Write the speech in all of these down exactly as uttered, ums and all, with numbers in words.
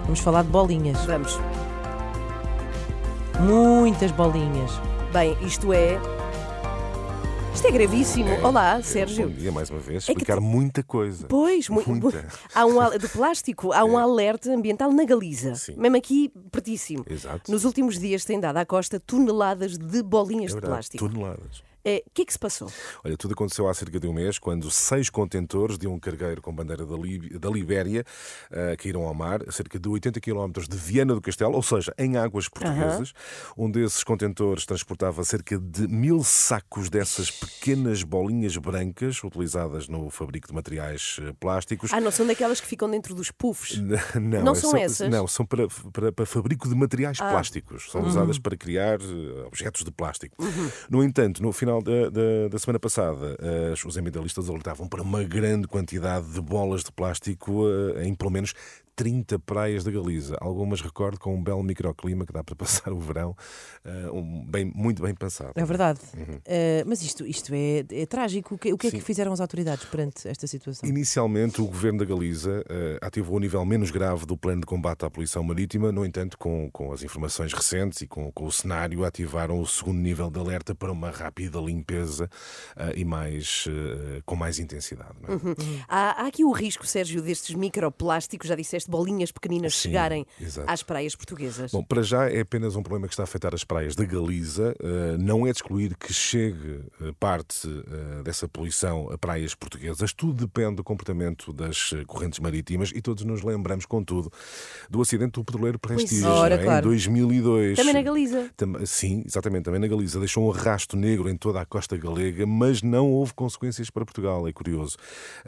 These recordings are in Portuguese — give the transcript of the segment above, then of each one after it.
Vamos falar de bolinhas. Vamos. Muitas bolinhas. Bem, isto é... Isto é gravíssimo. É, Olá, é, Sérgio. Bom dia mais uma vez. É que Explicar te- muita coisa. Pois, mu- Muita. há um al- de plástico, há um alerta ambiental na Galiza. Sim. Mesmo aqui, pertíssimo. Exato. Nos últimos dias tem dado à costa toneladas de bolinhas É de verdade, plástico. toneladas. O que é que se passou? Olha, tudo aconteceu há cerca de um mês, quando seis contentores de um cargueiro com bandeira da, Líbia, da Libéria uh, caíram ao mar, a cerca de oitenta quilómetros de Viana do Castelo, ou seja, em águas portuguesas. Um desses contentores transportava cerca de mil sacos dessas pequenas bolinhas brancas, utilizadas no fabrico de materiais uh, plásticos. Ah, não são daquelas que ficam dentro dos puffs? Não, Não é são só- essas? Não, são para, para, para fabrico de materiais Ah. plásticos. São usadas para criar uh, objetos de plástico. Uhum. No entanto, no final da, da, da semana passada, uh, os ambientalistas alertavam para uma grande quantidade de bolas de plástico uh, em pelo menos trinta praias da Galiza. Algumas, recordo, com um belo microclima que dá para passar o verão, uh, um, bem, muito bem pensado. É verdade. Eh, mas isto, isto é, é trágico. O que, o que é que Sim. fizeram as autoridades perante esta situação? Inicialmente, o governo da Galiza uh, ativou o nível menos grave do plano de combate à poluição marítima. No entanto, com, com as informações recentes e com, com o cenário, ativaram o segundo nível de alerta para uma rápida limpeza uh, e mais, uh, com mais intensidade. Não é? Há, há aqui o risco, Sérgio, destes microplásticos, já disseste, bolinhas pequeninas, Sim, chegarem exato. às praias portuguesas. Bom, para já é apenas um problema que está a afetar as praias da Galiza. Uh, não é de excluir que chegue uh, parte uh, dessa poluição a praias portuguesas. Tudo depende do comportamento das uh, correntes marítimas e todos nos lembramos, contudo, do acidente do petroleiro Prestige Ora, não é? claro. Em dois mil e dois. Também na Galiza. Tam- Sim, exatamente, também na Galiza. Deixou um arrasto negro em toda a costa galega, mas não houve consequências para Portugal, é curioso.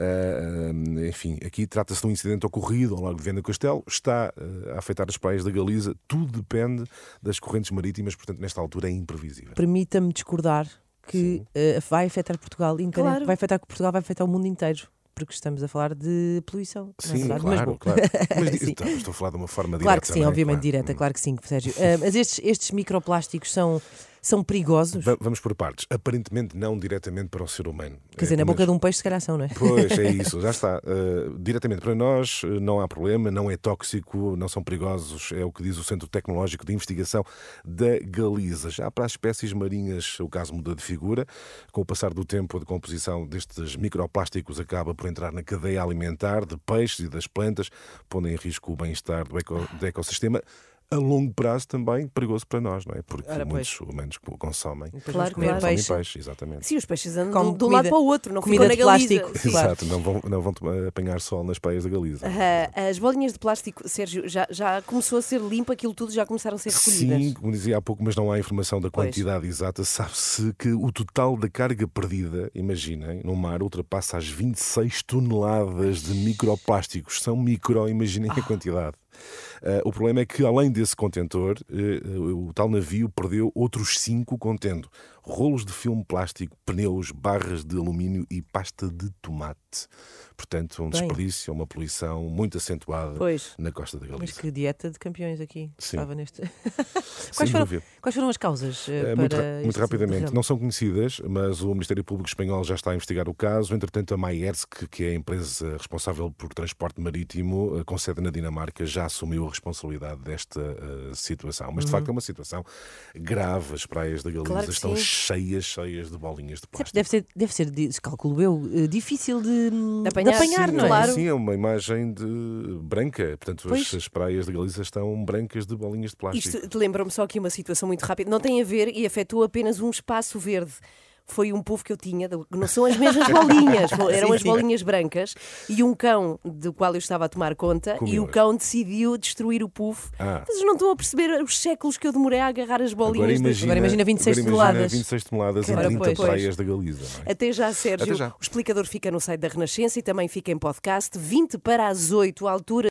Ah, ah, enfim, aqui trata-se de um incidente ocorrido ao largo de Viana do Castelo, está ah, a afetar as praias da Galiza, tudo depende das correntes marítimas, portanto, nesta altura é imprevisível. Permita-me discordar que eh, vai afetar Portugal, independente- Claro. vai afetar Portugal, vai afetar o mundo inteiro. Porque estamos a falar de poluição. não é Sim, verdade? claro, Mas, bom. claro. Mas di- Sim. tá, estou a falar de uma forma direta. Claro que sim, não é? obviamente Claro. direta, claro que sim, Sérgio. Ah, mas estes, estes microplásticos são, são perigosos? Va- Vamos por partes. Aparentemente não diretamente para o ser humano. Quer dizer, É na boca apenas- de um peixe se calhar são, não é? Pois, é isso, já está. Uh, diretamente para nós uh, não há problema, não é tóxico, não são perigosos, é o que diz o Centro Tecnológico de Investigação da Galiza. Já para as espécies marinhas, o caso muda de figura. Com o passar do tempo, a decomposição destes microplásticos acaba por entrar na cadeia alimentar de peixes e das plantas, pondo em risco o bem-estar do, eco- do ecossistema. A longo prazo também perigoso para nós, não é? Porque Ora, pois. muitos humanos que o consomem. Depois Claro, vamos comer claro. Comem peixe. peixe, exatamente. Sim, os peixes andam Como de um comida- lado para o outro, não comida ficam na de Galiza. plástico. Sim. Claro. Exato, não vão, não vão tomar- apanhar sol nas praias da Galiza. Ah, as bolinhas de plástico, Sérgio, já, já começou a ser limpo, aquilo tudo já começaram a ser recolhidas. Sim, como dizia há pouco, mas não há informação da Pois. quantidade exata. Sabe-se que o total da carga perdida, imaginem, no mar ultrapassa as vinte e seis toneladas de microplásticos. São micro, imaginem a quantidade. Ah, o problema é que, além desse contentor, eh, o tal navio perdeu outros cinco contendo rolos de filme plástico, pneus, barras de alumínio e pasta de tomate. Portanto, um Bem. desperdício, uma poluição muito acentuada Pois. na costa da Mas Galiza. que dieta de campeões aqui Sim. estava neste. Sem quais, foram, dúvida. quais foram as causas eh, Eh, para Muito, ra- este muito rapidamente, derrame? não são conhecidas, mas o Ministério Público Espanhol já está a investigar o caso. Entretanto, a Maersk, que é a empresa responsável por transporte marítimo, eh, com sede na Dinamarca, já assumiu a responsabilidade desta eh, situação. Mas, de facto, é uma situação grave. As praias da Galiza Claro que estão sim. cheias, cheias de bolinhas de plástico. Deve ser, deve ser, de- calculo eu, eh, difícil de, de apanhar. apanhar, Sim, não é? claro. Sim, é uma imagem de branca. Portanto, as, Pois. as praias da Galiza estão brancas de bolinhas de plástico. Isto lembra-me só aqui uma situação muito rápida. Não tem a ver e afetou apenas um espaço verde. Foi um puff que eu tinha, não são as mesmas bolinhas, eram Sim, as sim. bolinhas brancas e um cão do qual eu estava a tomar conta e Comeu-as. o cão decidiu destruir o puff. Ah. Vocês não estão a perceber os séculos que eu demorei a agarrar as bolinhas. Agora de- imagina, Agora imagina vinte e seis agora imagina toneladas. vinte e seis toneladas em Ora, trinta pois. praias da Galiza. Não é? Até já, Sérgio. Até já. O explicador fica no site da Renascença e também fica em podcast, vinte para as oito, à altura